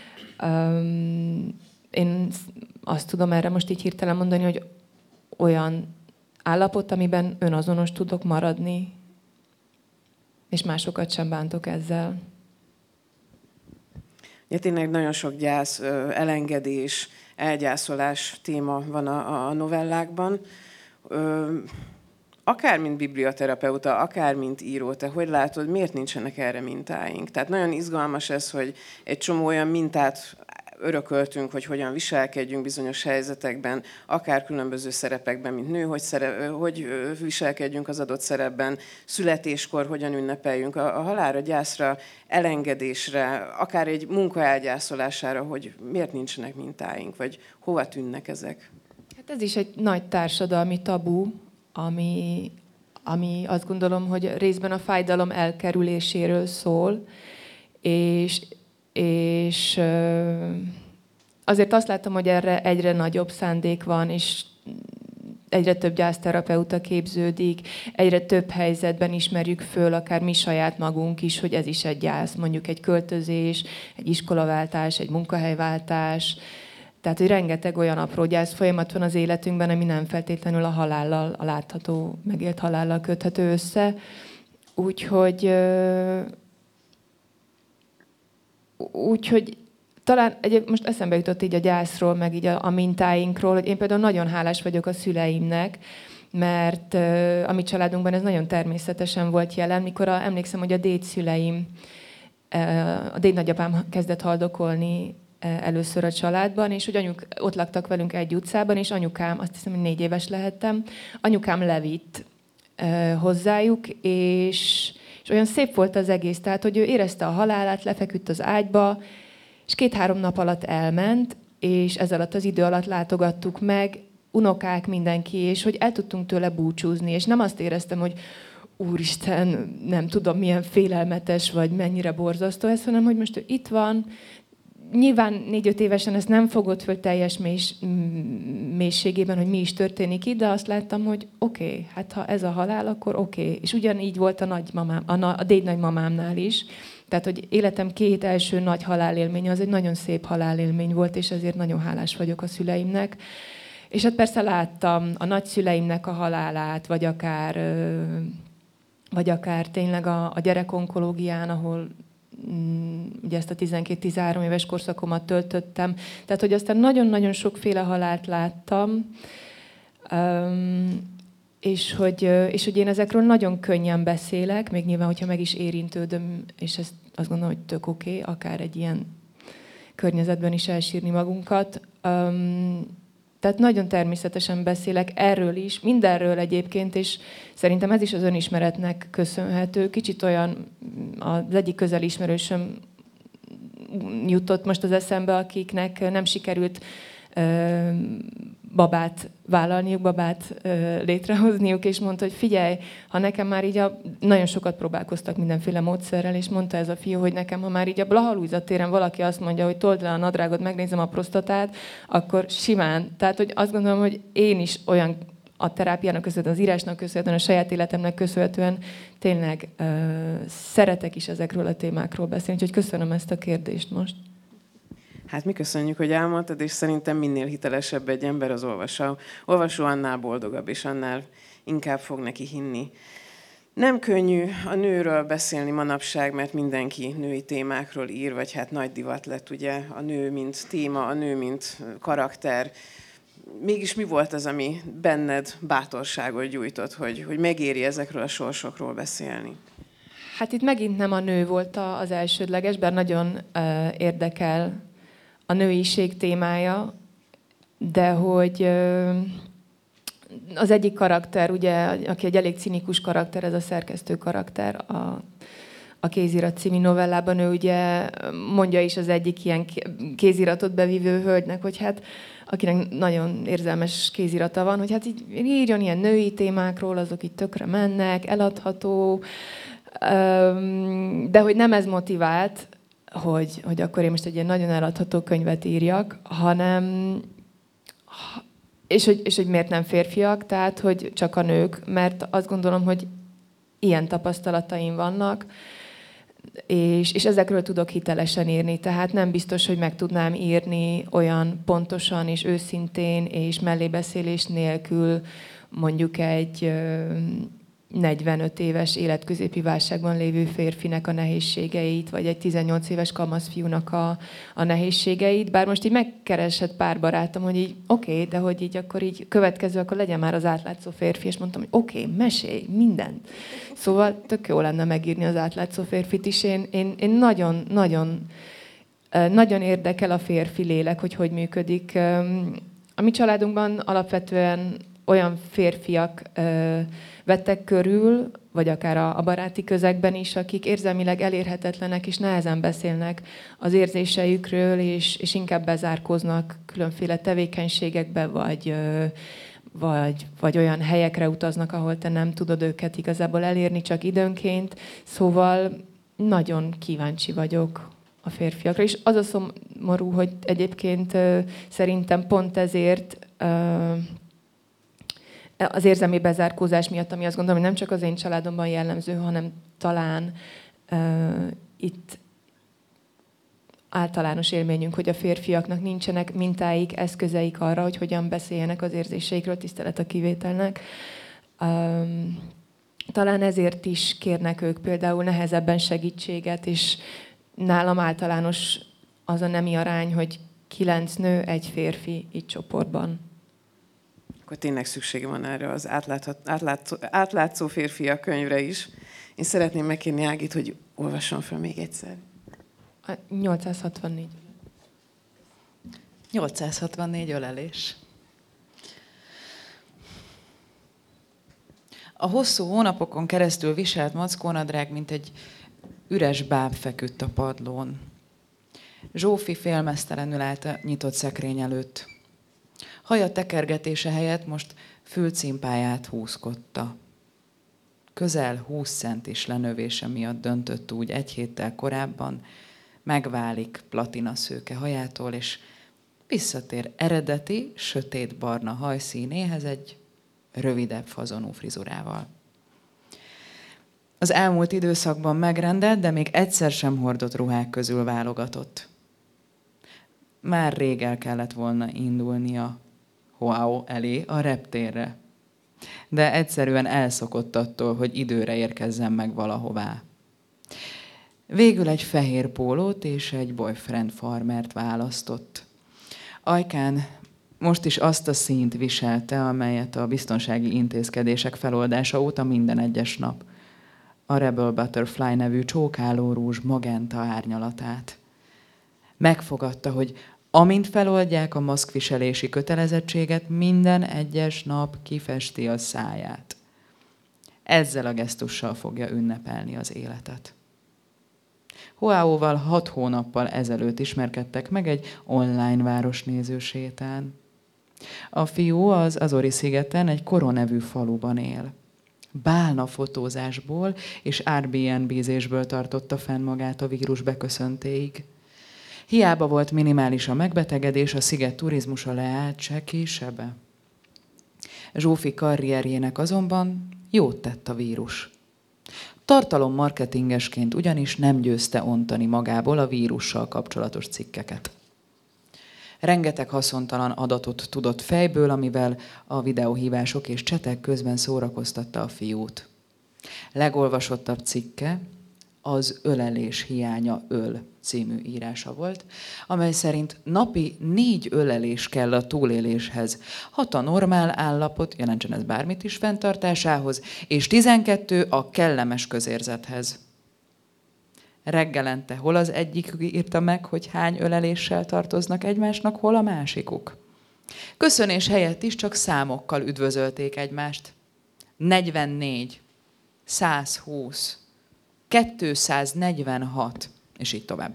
Én azt tudom erre most így hirtelen mondani, hogy olyan állapot, amiben önazonos tudok maradni, és másokat sem bántok ezzel. Ja, tényleg nagyon sok gyász, elengedés, elgyászolás téma van a, a novellákban. Akár mint biblioterapeuta, akár mint író, te hogy látod, miért nincsenek erre mintáink? Tehát nagyon izgalmas ez, hogy egy csomó olyan mintát örököltünk, hogy hogyan viselkedjünk bizonyos helyzetekben, akár különböző szerepekben, mint nő, hogy, szere, hogy viselkedjünk az adott szerepben, születéskor hogyan ünnepeljünk, a, a halálra, gyászra, elengedésre, akár egy munka elgyászolására, hogy miért nincsenek mintáink, vagy hova tűnnek ezek? Hát ez is egy nagy társadalmi tabu, ami, ami azt gondolom, hogy részben a fájdalom elkerüléséről szól, és és azért azt látom, hogy erre egyre nagyobb szándék van, és egyre több gyászterapeuta képződik, egyre több helyzetben ismerjük föl, akár mi saját magunk is, hogy ez is egy gyász, mondjuk egy költözés, egy iskolaváltás, egy munkahelyváltás. Tehát, hogy rengeteg olyan apró gyász folyamat van az életünkben, ami nem feltétlenül a halállal, a látható, megélt halállal köthető össze. Úgyhogy... Úgyhogy talán egy, most eszembe jutott így a gyászról, meg így a, a mintáinkról, hogy én például nagyon hálás vagyok a szüleimnek, mert uh, a mi családunkban ez nagyon természetesen volt jelen, mikor a, emlékszem, hogy a dédszüleim, uh, a dédnagyapám kezdett haldokolni uh, először a családban, és hogy anyuk ott laktak velünk egy utcában, és anyukám, azt hiszem, hogy négy éves lehettem, anyukám levitt uh, hozzájuk, és... És olyan szép volt az egész, tehát, hogy ő érezte a halálát, lefeküdt az ágyba, és két-három nap alatt elment, és ez alatt az idő alatt látogattuk meg, unokák, mindenki, és hogy el tudtunk tőle búcsúzni, és nem azt éreztem, hogy úristen, nem tudom, milyen félelmetes, vagy mennyire borzasztó ez, hanem, hogy most ő itt van. Nyilván négy-öt évesen ezt nem fogott föl teljes mélys, mélységében, hogy mi is történik itt, de azt láttam, hogy oké, okay, hát ha ez a halál, akkor oké. Okay. És ugyanígy volt a nagymamám, a, a dédnagymamámnál is. Tehát, hogy életem két első nagy halálélménye, az egy nagyon szép halálélmény volt, és ezért nagyon hálás vagyok a szüleimnek. És hát persze láttam a nagyszüleimnek a halálát, vagy akár... vagy akár tényleg a, a gyerekonkológián, ahol mm, ugye ezt a tizenkét-tizenhárom éves korszakomat töltöttem. Tehát, hogy aztán nagyon-nagyon sokféle halált láttam, um, és, hogy, és hogy én ezekről nagyon könnyen beszélek, még nyilván, hogyha meg is érintődöm, és ezt azt gondolom, hogy tök oké, okay, akár egy ilyen környezetben is elsírni magunkat. Um, Tehát nagyon természetesen beszélek erről is, mindenről egyébként, és szerintem ez is az önismeretnek köszönhető. Kicsit olyan, az egyik közeli ismerősöm jutott most az eszembe, akiknek nem sikerült ö, babát vállalniuk, babát ö, létrehozniuk, és mondta, hogy figyelj, ha nekem már így a... Nagyon sokat próbálkoztak mindenféle módszerrel, és mondta ez a fiú, hogy nekem, ha már így a Blaha Lujza téren valaki azt mondja, hogy told le a nadrágot, megnézem a prostatát, akkor simán. Tehát, hogy azt gondolom, hogy én is olyan a terápiának köszönhetően, az írásnak köszönhetően, a saját életemnek köszönhetően tényleg ö, szeretek is ezekről a témákról beszélni, úgyhogy köszönöm ezt a kérdést most. Hát mi köszönjük, hogy elmondtad, és szerintem minél hitelesebb egy ember az olvasó. Olvasó annál boldogabb, és annál inkább fog neki hinni. Nem könnyű a nőről beszélni manapság, mert mindenki női témákról ír, vagy hát nagy divat lett ugye a nő, mint téma, a nő, mint karakter. Mégis mi volt az, ami benned bátorságot gyújtott, hogy, hogy megéri ezekről a sorsokról beszélni? Hát itt megint nem a nő volt az elsődleges, bár nagyon uh, érdekel a nőiség témája, de hogy uh, az egyik karakter, ugye, aki egy elég cinikus karakter, ez a szerkesztő karakter, a, a Kézirat című novellában, ő ugye mondja is az egyik ilyen kéziratot bevívő hölgynek, hogy hát akinek nagyon érzelmes kézirata van, hogy hát így írjon ilyen női témákról, azok itt tökre mennek, eladható, de hogy nem ez motivált, hogy, hogy akkor én most egy ilyen nagyon eladható könyvet írjak, hanem és hogy, és hogy miért nem férfiak, tehát hogy csak a nők, mert azt gondolom, hogy ilyen tapasztalataim vannak, és, és ezekről tudok hitelesen írni, tehát nem biztos, hogy meg tudnám írni olyan pontosan és őszintén és mellébeszélés nélkül mondjuk egy negyvenöt éves életközépi válságban lévő férfinek a nehézségeit, vagy egy tizennyolc éves kamaszfiúnak a, a nehézségeit. Bár most így megkeresett pár barátom, hogy így oké, okay, de hogy így akkor így következő, akkor legyen már az átlátszó férfi, és mondtam, hogy oké, okay, mesélj, mindent. Szóval tök jó lenne megírni az átlátszó férfit is. Én, én, én nagyon, nagyon, nagyon érdekel a férfi lélek, hogy hogy működik. A mi családunkban alapvetően olyan férfiak ö, vettek körül, vagy akár a, a baráti közegben is, akik érzelmileg elérhetetlenek és nehezen beszélnek az érzéseikről, és, és inkább bezárkoznak különféle tevékenységekbe, vagy, ö, vagy, vagy olyan helyekre utaznak, ahol te nem tudod őket igazából elérni, csak időnként. Szóval nagyon kíváncsi vagyok a férfiakra. És az a szomorú, hogy egyébként ö, szerintem pont ezért ö, az érzelmi bezárkózás miatt, ami azt gondolom, hogy nem csak az én családomban jellemző, hanem talán uh, itt általános élményünk, hogy a férfiaknak nincsenek mintáik, eszközeik arra, hogy hogyan beszéljenek az érzéseikről, tisztelet a kivételnek. Um, talán ezért is kérnek ők például nehezebben segítséget, és nálam általános az a nemi arány, hogy kilenc nő, egy férfi így csoportban. Akkor tényleg szüksége van erre az átlátható, átlátszó, átlátszó férfiak könyvre is. Én szeretném megkérni Ágit, hogy olvasson fel még egyszer. nyolcszázhatvannégy. nyolcszázhatvannégy ölelés. A hosszú hónapokon keresztül viselt mackónadrág, mint egy üres báb feküdt a padlón. Zsófi félmeztelenül állt a nyitott szekrény előtt. Haja tekergetése helyett most fülcimpáját húzkodta. Közel húsz centis lenövése miatt döntött úgy egy héttel korábban, megválik platina szőke hajától, és visszatér eredeti, sötétbarna hajszínéhez egy rövidebb fazonú frizurával. Az elmúlt időszakban megrendelt, de még egyszer sem hordott ruhák közül válogatott. Már rég el kellett volna indulnia Hoao elé, a reptérre. de egyszerűen elszokott attól, hogy időre érkezzen meg valahová. Végül egy fehér pólót és egy boyfriend farmert választott. Ajkán most is azt a színt viselte, amelyet a biztonsági intézkedések feloldása óta minden egyes nap. A Rebel Butterfly nevű csókáló rúzs magenta árnyalatát. Megfogadta, hogy amint feloldják a maszkviselési kötelezettséget, minden egyes nap kifesti a száját. Ezzel a gesztussal fogja ünnepelni az életet. Joaóval hat hónappal ezelőtt ismerkedtek meg egy online városnézősétán. A fiú az Azori-szigeten egy Koro nevű faluban él. Bálna fotózásból és Airbnb-zésből tartotta fenn magát a vírus beköszöntéig. Hiába volt minimális a megbetegedés, a sziget turizmusa leállt csekély sebe. Zsófi karrierjének azonban jót tett a vírus. Tartalommarketingesként ugyanis nem győzte ontani magából a vírussal kapcsolatos cikkeket. Rengeteg haszontalan adatot tudott fejből, amivel a videóhívások és csetek közben szórakoztatta a fiút. Legolvasottabb cikke az Ölelés hiánya öl című írása volt, amely szerint napi négy ölelés kell a túléléshez, hat a normál állapot, jelentsen ez bármit is, fenntartásához, és tizenkettő a kellemes közérzethez. Reggelente hol az egyik írta meg, hogy hány öleléssel tartoznak egymásnak, hol a másikuk. Köszönés helyett is csak számokkal üdvözölték egymást. negyvennégy, százhúsz, kétszáznegyvenhat, és így tovább.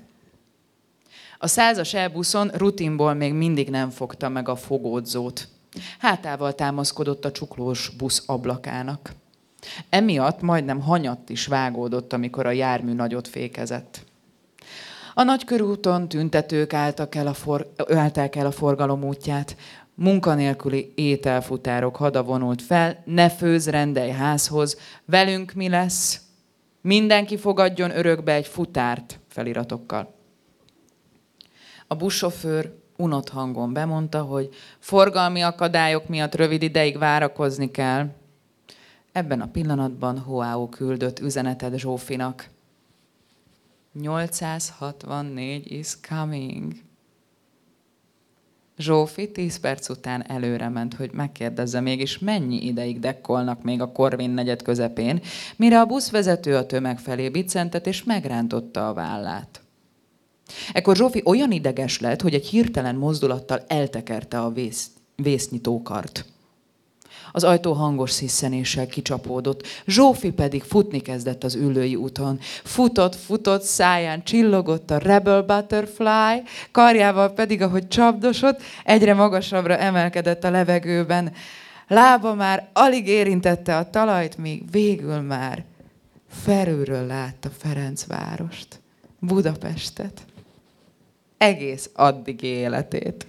A százas elbuszon rutinból még mindig nem fogta meg a fogódzót. Hátával támaszkodott a csuklós busz ablakának. Emiatt majdnem hanyatt is vágódott, amikor a jármű nagyot fékezett. A nagykörúton tüntetők álltak el a, for, állták el a forgalom útját. Munkanélküli ételfutárok hada vonult fel, ne főz, rendelj házhoz, velünk mi lesz? Mindenki fogadjon örökbe egy futárt feliratokkal. A buszsofőr unott hangon bemondta, hogy forgalmi akadályok miatt rövid ideig várakozni kell. Ebben a pillanatban Joaó küldött üzenetet Zsófinak. nyolcszázhatvannégy is coming. Zsófi tíz perc után előre ment, hogy megkérdezze mégis, mennyi ideig dekkolnak még a Korvin negyed közepén, mire a buszvezető a tömeg felé biccentett és megrántotta a vállát. Ekkor Zsófi olyan ideges lett, hogy egy hirtelen mozdulattal eltekerte a vész, vésznyitókart. Az ajtó hangos sziszenéssel kicsapódott, Zsófi pedig futni kezdett az Üllői úton. Futott, futott, száján csillogott a Rebel Butterfly, karjával pedig, ahogy csapdosott, egyre magasabbra emelkedett a levegőben. Lába már alig érintette a talajt, míg végül már felülről látta Ferencvárost, Budapestet, egész addigi életét.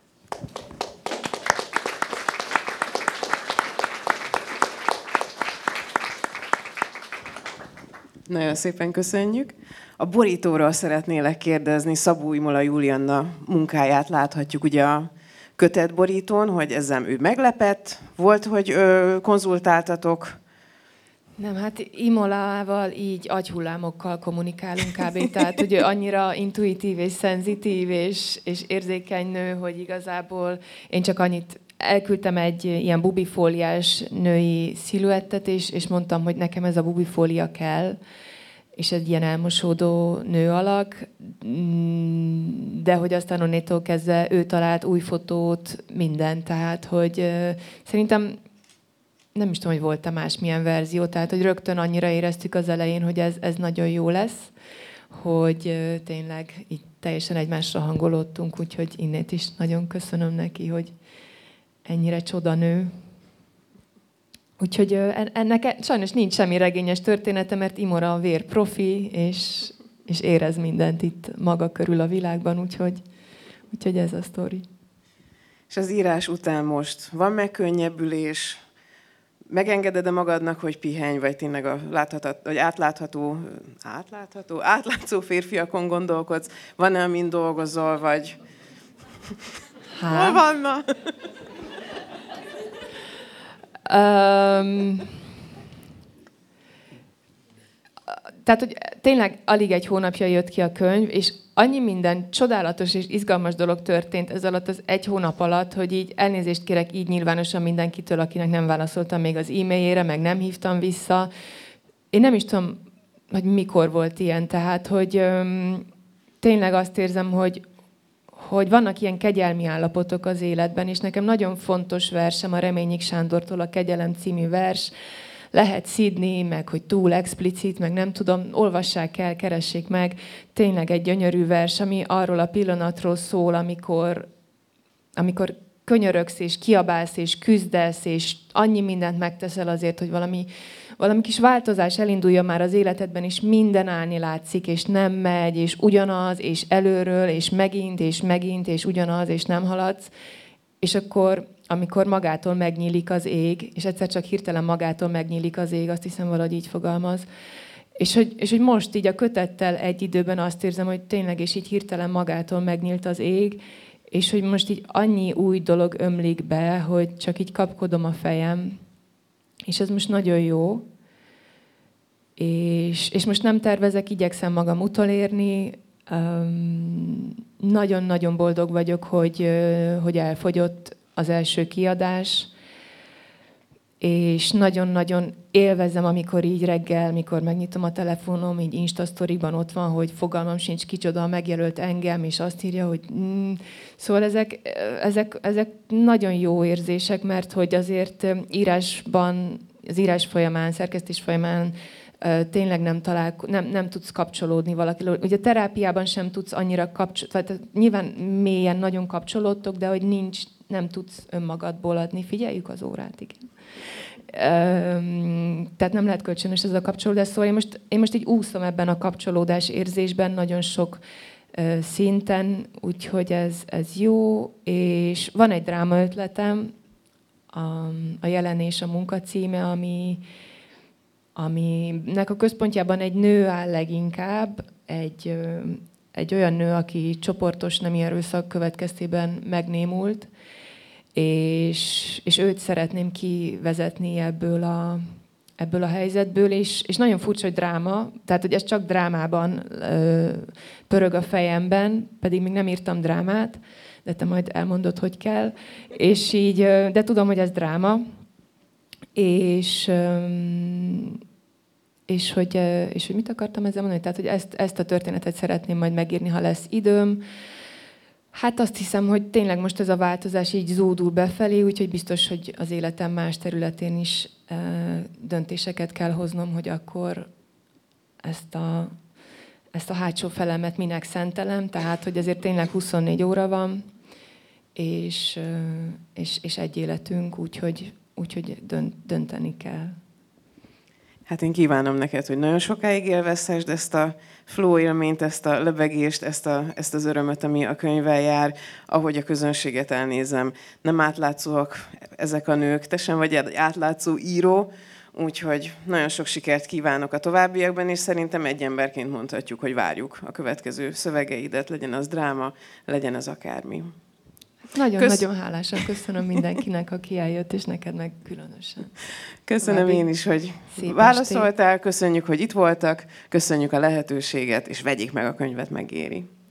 Nagyon szépen köszönjük. A borítóról szeretnélek kérdezni, Szabó Imola Julianna munkáját láthatjuk ugye a kötetborítón, hogy ezzel ő meglepett. Volt, hogy ö, konzultáltatok? Nem, hát Imolával így agyhullámokkal kommunikálunk kb. Tehát ugye annyira intuitív és szenzitív és, és érzékeny nő, hogy igazából én csak annyit elküldtem egy ilyen bubifóliás női sziluettet, és, és mondtam, hogy nekem ez a bubifólia kell, és egy ilyen elmosódó nő alak, de hogy aztán onnétól kezdve ő talált új fotót, minden, tehát hogy uh, szerintem nem is tudom, hogy volt-e másmilyen verzió, tehát hogy rögtön annyira éreztük az elején, hogy ez, ez nagyon jó lesz, hogy uh, tényleg így teljesen egymásra hangolódtunk, úgyhogy innét is nagyon köszönöm neki, hogy ennyire csodanő. Úgyhogy ennek sajnos nincs semmi regényes története, mert Imora a vér profi, és, és érez mindent itt maga körül a világban, úgyhogy, úgyhogy ez a sztori. És az írás után most van megkönnyebbülés? Megengeded-e magadnak, hogy pihenj, vagy tényleg a láthatat, vagy átlátható, átlátható, átlátszó férfiakon gondolkodsz? Van-e, amin dolgozol, vagy... Hol vannak? Um, tehát, hogy tényleg alig egy hónapja jött ki a könyv, és annyi minden csodálatos és izgalmas dolog történt ez alatt az egy hónap alatt, hogy így elnézést kérek így nyilvánosan mindenkitől, akinek nem válaszoltam még az e-mailjére, meg nem hívtam vissza. Én nem is tudom, hogy mikor volt ilyen, tehát, hogy öm, tényleg azt érzem, hogy, hogy vannak ilyen kegyelmi állapotok az életben, és nekem nagyon fontos versem a Reményik Sándortól a Kegyelem című vers. Lehet szidni, meg hogy túl explicit, meg nem tudom, olvassák el, keressék meg. Tényleg egy gyönyörű vers, ami arról a pillanatról szól, amikor, amikor könyörögsz, és kiabálsz, és küzdesz, és annyi mindent megteszel azért, hogy valami, valami kis változás elinduljon már az életedben, és minden állni látszik, és nem megy, és ugyanaz, és előről, és megint, és megint, és ugyanaz, és nem haladsz. És akkor, amikor magától megnyílik az ég, és egyszer csak hirtelen magától megnyílik az ég, azt hiszem valahogy így fogalmaz. És hogy, és hogy most így a kötettel egy időben azt érzem, hogy tényleg, és így hirtelen magától megnyílt az ég, és hogy most így annyi új dolog ömlik be, hogy csak így kapkodom a fejem. És ez most nagyon jó. És, és most nem tervezek, igyekszem magam utolérni. Um, nagyon-nagyon boldog vagyok, hogy, hogy elfogyott az első kiadás, és nagyon-nagyon élvezem, amikor így reggel, mikor megnyitom a telefonom, így Insta-sztoriban ott van, hogy fogalmam sincs kicsoda, megjelölt engem, és azt írja, hogy... Mm. Szóval ezek, ezek, ezek nagyon jó érzések, mert hogy azért írásban, az írás folyamán, szerkesztés folyamán tényleg nem, talál, nem, nem tudsz kapcsolódni valakivel. Ugye terápiában sem tudsz annyira kapcsolódni, tehát nyilván mélyen nagyon kapcsolódtok, de hogy nincs, nem tudsz önmagadból adni. Figyeljük az órát, igen. Tehát nem lehet kölcsönös ez a kapcsolódás. Szóval én most, én most így úszom ebben a kapcsolódás érzésben nagyon sok szinten, úgyhogy ez, ez jó. És van egy dráma ötletem, a, a Jelen és a munka címe, ami aminek a központjában egy nő áll leginkább, egy, egy olyan nő, aki csoportos nemi erőszak következtében megnémult, és, és őt szeretném kivezetni ebből a, ebből a helyzetből, és, és nagyon furcsa, hogy dráma, tehát hogy ez csak drámában ö, pörög a fejemben, pedig még nem írtam drámát, de te majd elmondod, hogy kell, és így, de tudom, hogy ez dráma, és, és, hogy, és hogy mit akartam ezzel mondani? Tehát, hogy ezt, ezt a történetet szeretném majd megírni, ha lesz időm. Hát azt hiszem, hogy tényleg most ez a változás így zúdul befelé, úgyhogy biztos, hogy az életem más területén is döntéseket kell hoznom, hogy akkor ezt a, ezt a hátsó felemet minek szentelem. Tehát, hogy ezért tényleg huszonnégy óra van, és, és, és egy életünk, úgyhogy Úgyhogy dönt, dönteni kell. Hát én kívánom neked, hogy nagyon sokáig élvezhessd ezt a flow élményt, ezt a lebegést, ezt, a, ezt az örömöt, ami a könyvvel jár, ahogy a közönséget elnézem. Nem átlátszóak ezek a nők, te sem vagy egy átlátszó író, úgyhogy nagyon sok sikert kívánok a továbbiakban, és szerintem egy emberként mondhatjuk, hogy várjuk a következő szövegeidet, legyen az dráma, legyen az akármi. Nagyon-nagyon Kösz... hálásan köszönöm mindenkinek, aki eljött, és neked meg különösen. Köszönöm További én is, hogy válaszoltál, estét. Köszönjük, hogy itt voltak, köszönjük a lehetőséget, és vegyék meg a könyvet, megéri.